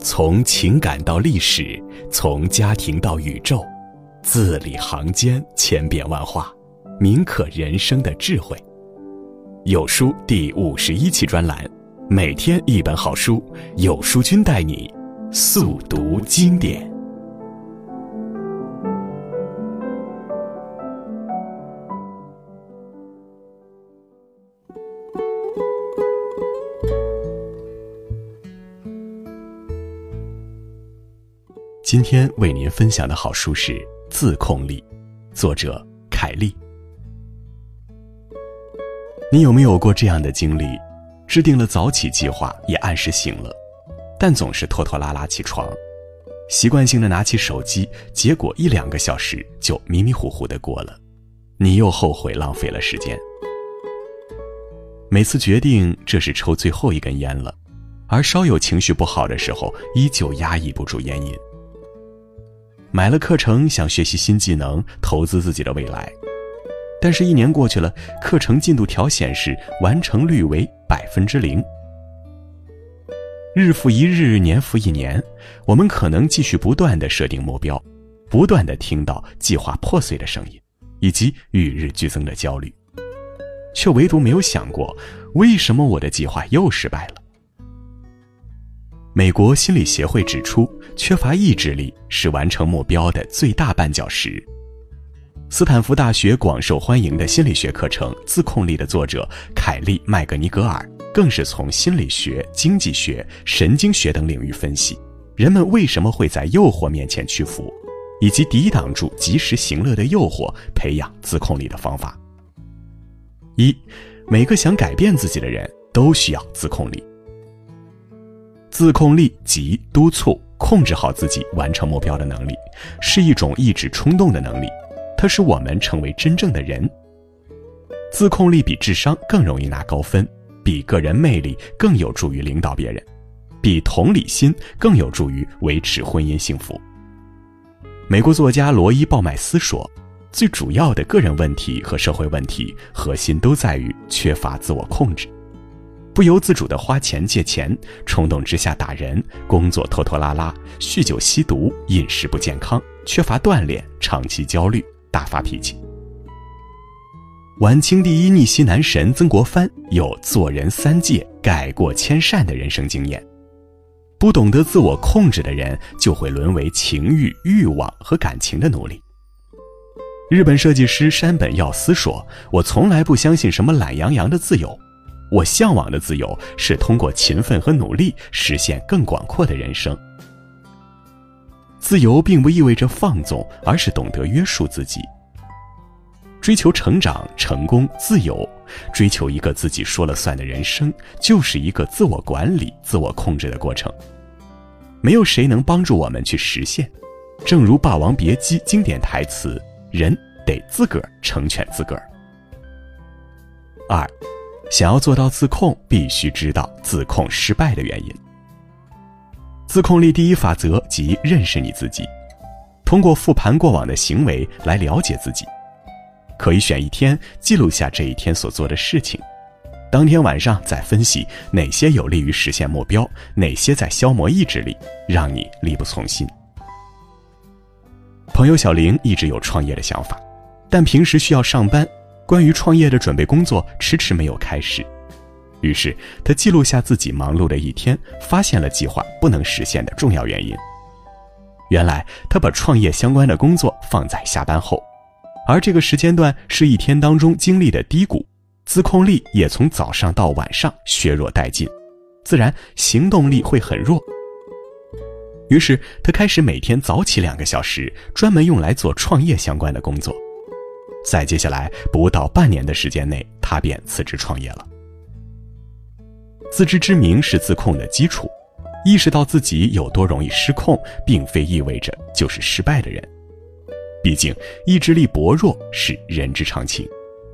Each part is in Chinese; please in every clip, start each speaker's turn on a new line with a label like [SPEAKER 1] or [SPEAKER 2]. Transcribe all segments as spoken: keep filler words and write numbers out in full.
[SPEAKER 1] 从情感到历史，从家庭到宇宙，字里行间千变万化，铭刻人生的智慧。有书第五十一期专栏，每天一本好书，有书君带你速读经典。今天为您分享的好书是《自控力》，作者凯利。你有没有过这样的经历？制定了早起计划，也按时醒了，但总是拖拖拉拉起床，习惯性的拿起手机，结果一两个小时就迷迷糊糊的过了，你又后悔浪费了时间。每次决定这是抽最后一根烟了，而稍有情绪不好的时候，依旧压抑不住烟瘾。买了课程，想学习新技能，投资自己的未来，但是一年过去了，课程进度条显示完成率为百分之零。日复一日，年复一年，我们可能继续不断地设定目标，不断地听到计划破碎的声音，以及与日俱增的焦虑，却唯独没有想过，为什么我的计划又失败了？美国心理协会指出，缺乏意志力是完成目标的最大绊脚石。斯坦福大学广受欢迎的心理学课程《自控力》的作者凯利·麦格尼格尔更是从心理学、经济学、神经学等领域分析，人们为什么会在诱惑面前屈服，以及抵挡住及时行乐的诱惑，培养自控力的方法。一，每个想改变自己的人都需要自控力。自控力即督促、控制好自己完成目标的能力，是一种抑制冲动的能力，它使我们成为真正的人。自控力比智商更容易拿高分，比个人魅力更有助于领导别人，比同理心更有助于维持婚姻幸福。美国作家罗伊·鲍麦斯说，最主要的个人问题和社会问题核心都在于缺乏自我控制。不由自主地花钱借钱，冲动之下打人，工作拖拖拉拉，酗酒吸毒，饮食不健康，缺乏锻炼，长期焦虑，大发脾气。晚清第一逆袭男神曾国藩有做人三戒，改过迁善的人生经验。不懂得自我控制的人，就会沦为情欲、欲望和感情的奴隶。日本设计师山本耀司说，我从来不相信什么懒洋洋的自由，我向往的自由是通过勤奋和努力实现更广阔的人生。自由并不意味着放纵，而是懂得约束自己。追求成长、成功、自由，追求一个自己说了算的人生，就是一个自我管理、自我控制的过程。没有谁能帮助我们去实现。正如《霸王别姬》经典台词，人得自个儿成全自个儿。二，想要做到自控，必须知道自控失败的原因。自控力第一法则即认识你自己，通过复盘过往的行为来了解自己。可以选一天记录下这一天所做的事情，当天晚上再分析哪些有利于实现目标，哪些在消磨意志力，让你力不从心。朋友小玲一直有创业的想法，但平时需要上班，关于创业的准备工作迟迟没有开始。于是他记录下自己忙碌的一天，发现了计划不能实现的重要原因。原来他把创业相关的工作放在下班后，而这个时间段是一天当中经历的低谷，自控力也从早上到晚上削弱殆尽，自然行动力会很弱。于是他开始每天早起两个小时，专门用来做创业相关的工作。在接下来不到半年的时间内，他便辞职创业了。自知之明是自控的基础，意识到自己有多容易失控，并非意味着就是失败的人。毕竟意志力薄弱是人之常情。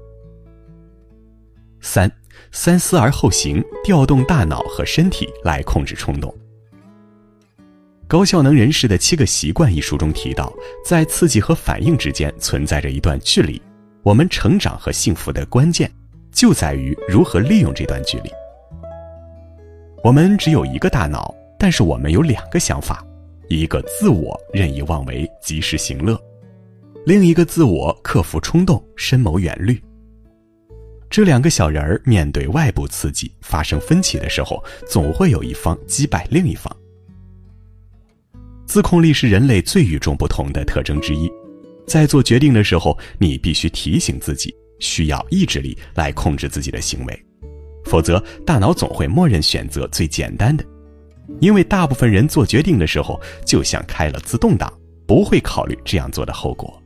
[SPEAKER 1] 三，三思而后行，调动大脑和身体来控制冲动。高效能人士的七个习惯一书中提到，在刺激和反应之间存在着一段距离，我们成长和幸福的关键就在于如何利用这段距离。我们只有一个大脑， 但是我们有两个想法，一个自我任意妄为及时行乐，另一个自我克服冲动深谋远虑。这两个小人儿面对外部刺激发生分歧的时候，总会有一方击败另一方。自控力是人类最与众不同的特征之一，在做决定的时候，你必须提醒自己需要意志力来控制自己的行为，否则大脑总会默认选择最简单的，因为大部分人做决定的时候就像开了自动挡，不会考虑这样做的后果。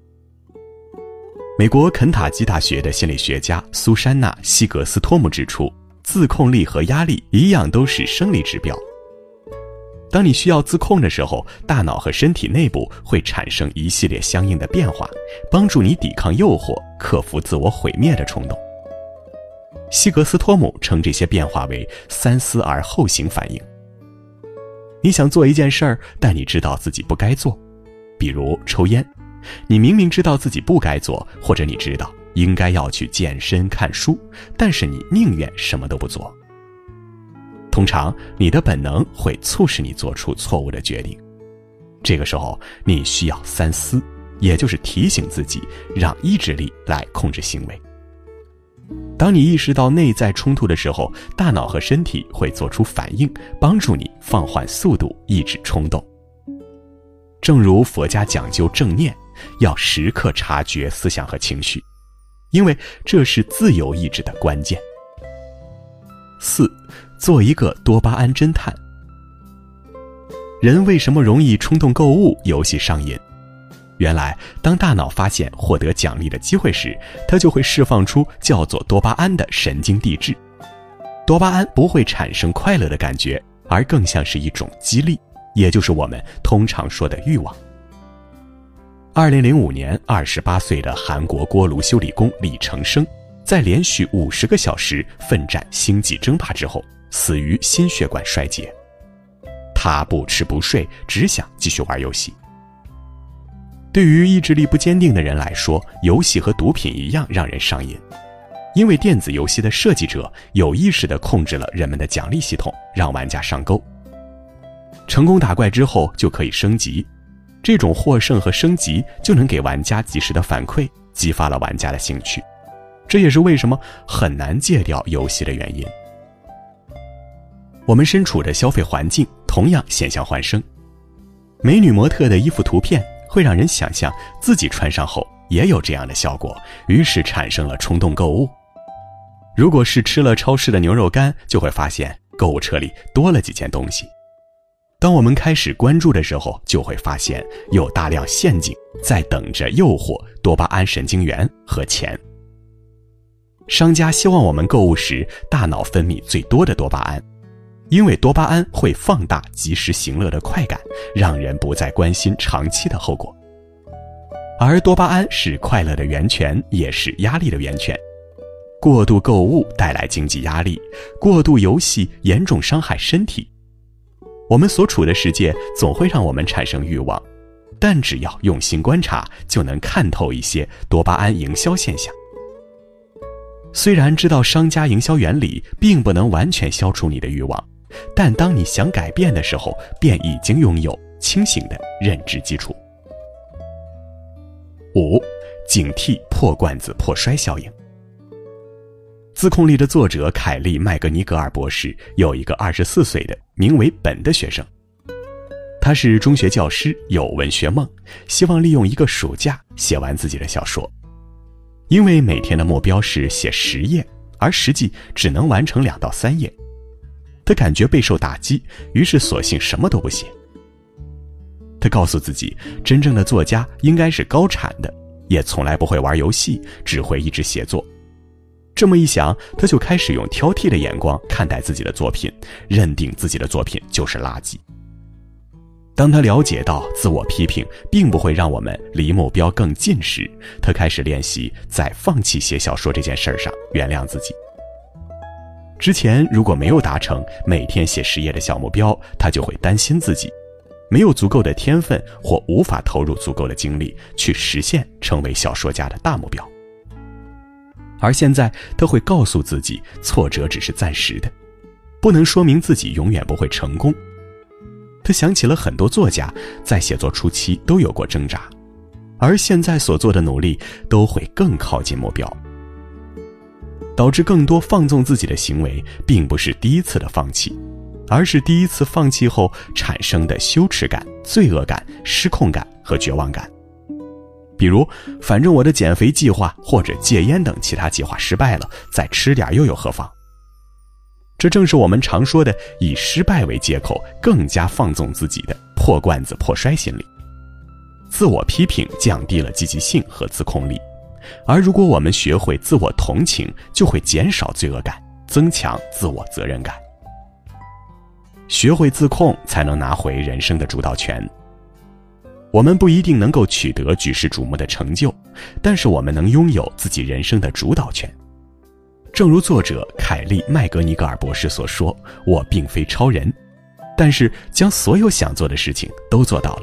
[SPEAKER 1] 美国肯塔基大学的心理学家苏珊娜·西格斯托姆指出，自控力和压力一样都是生理指标。当你需要自控的时候，大脑和身体内部会产生一系列相应的变化，帮助你抵抗诱惑，克服自我毁灭的冲动。西格斯托姆称这些变化为三思而后行反应。你想做一件事儿，但你知道自己不该做，比如抽烟，你明明知道自己不该做，或者你知道应该要去健身看书，但是你宁愿什么都不做。通常你的本能会促使你做出错误的决定，这个时候你需要三思，也就是提醒自己，让意志力来控制行为。当你意识到内在冲突的时候，大脑和身体会做出反应，帮助你放缓速度，抑制冲动。正如佛家讲究正念，要时刻察觉思想和情绪，因为这是自由意志的关键。四，做一个多巴胺侦探。人为什么容易冲动购物、游戏上瘾？原来，当大脑发现获得奖励的机会时，它就会释放出叫做多巴胺的神经递质。多巴胺不会产生快乐的感觉，而更像是一种激励，也就是我们通常说的欲望。二零零五年，二十八岁的韩国锅炉修理工李成生，在连续五十个小时奋战星际争霸之后，死于心血管衰竭。他不吃不睡，只想继续玩游戏。对于意志力不坚定的人来说，游戏和毒品一样让人上瘾，因为电子游戏的设计者有意识地控制了人们的奖励系统，让玩家上钩。成功打怪之后就可以升级，这种获胜和升级就能给玩家及时的反馈，激发了玩家的兴趣。这也是为什么很难戒掉游戏的原因。我们身处的消费环境同样现象环生，美女模特的衣服图片会让人想象自己穿上后也有这样的效果，于是产生了冲动购物。如果是吃了超市的牛肉干，就会发现购物车里多了几件东西。当我们开始关注的时候，就会发现有大量陷阱在等着诱惑多巴胺神经元和钱。商家希望我们购物时大脑分泌最多的多巴胺，因为多巴胺会放大及时行乐的快感，让人不再关心长期的后果。而多巴胺是快乐的源泉，也是压力的源泉。过度购物带来经济压力，过度游戏严重伤害身体。我们所处的世界总会让我们产生欲望，但只要用心观察，就能看透一些多巴胺营销现象。虽然知道商家营销原理并不能完全消除你的欲望，但当你想改变的时候，便已经拥有清醒的认知基础。五，警惕破罐子破摔效应。自控力的作者凯利·麦格尼格尔博士有一个二十四岁的名为本的学生，他是中学教师，有文学梦，希望利用一个暑假写完自己的小说。因为每天的目标是写十页，而实际只能完成两到三页，他感觉备受打击，于是索性什么都不写。他告诉自己，真正的作家应该是高产的，也从来不会玩游戏，只会一直写作。这么一想，他就开始用挑剔的眼光看待自己的作品，认定自己的作品就是垃圾。当他了解到自我批评并不会让我们离目标更近时，他开始练习在放弃写小说这件事上原谅自己。之前如果没有达成每天写十页的小目标，他就会担心自己没有足够的天分，或无法投入足够的精力去实现成为小说家的大目标。而现在他会告诉自己，挫折只是暂时的，不能说明自己永远不会成功， 他想起了很多作家在写作初期都有过挣扎，而现在所做的努力都会更靠近目标。导致更多放纵自己的行为，并不是第一次的放弃，而是第一次放弃后产生的羞耻感、罪恶感、失控感和绝望感。比如，反正我的减肥计划或者戒烟等其他计划失败了，再吃点又有何妨？这正是我们常说的以失败为借口，更加放纵自己的破罐子破摔心理。自我批评降低了积极性和自控力，而如果我们学会自我同情，就会减少罪恶感，增强自我责任感。学会自控，才能拿回人生的主导权。我们不一定能够取得举世瞩目的成就，但是我们能拥有自己人生的主导权。正如作者凯利·麦格尼格尔博士所说，我并非超人，但是将所有想做的事情都做到了。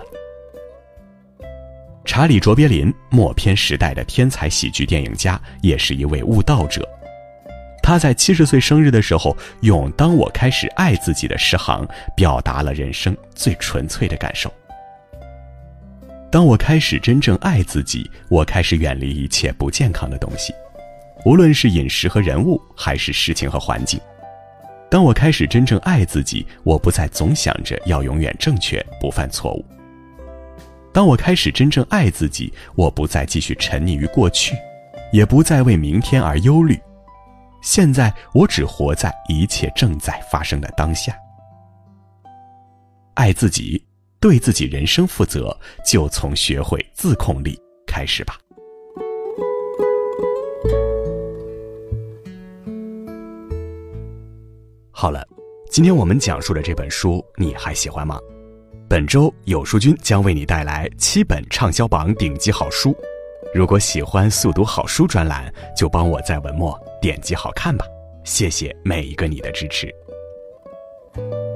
[SPEAKER 1] 查理·卓别林，默片时代的天才喜剧电影家，也是一位悟道者。他在七十岁生日的时候，用“当我开始爱自己”的诗行，表达了人生最纯粹的感受。当我开始真正爱自己，我开始远离一切不健康的东西，无论是饮食和人物，还是事情和环境。当我开始真正爱自己，我不再总想着要永远正确，不犯错误。当我开始真正爱自己，我不再继续沉溺于过去，也不再为明天而忧虑。现在我只活在一切正在发生的当下。爱自己，对自己人生负责，就从学会自控力开始吧。好了，今天我们讲述的这本书你还喜欢吗？本周有书君将为你带来七本畅销榜顶级好书。如果喜欢速读好书专栏，就帮我在文末点击好看吧，谢谢每一个你的支持。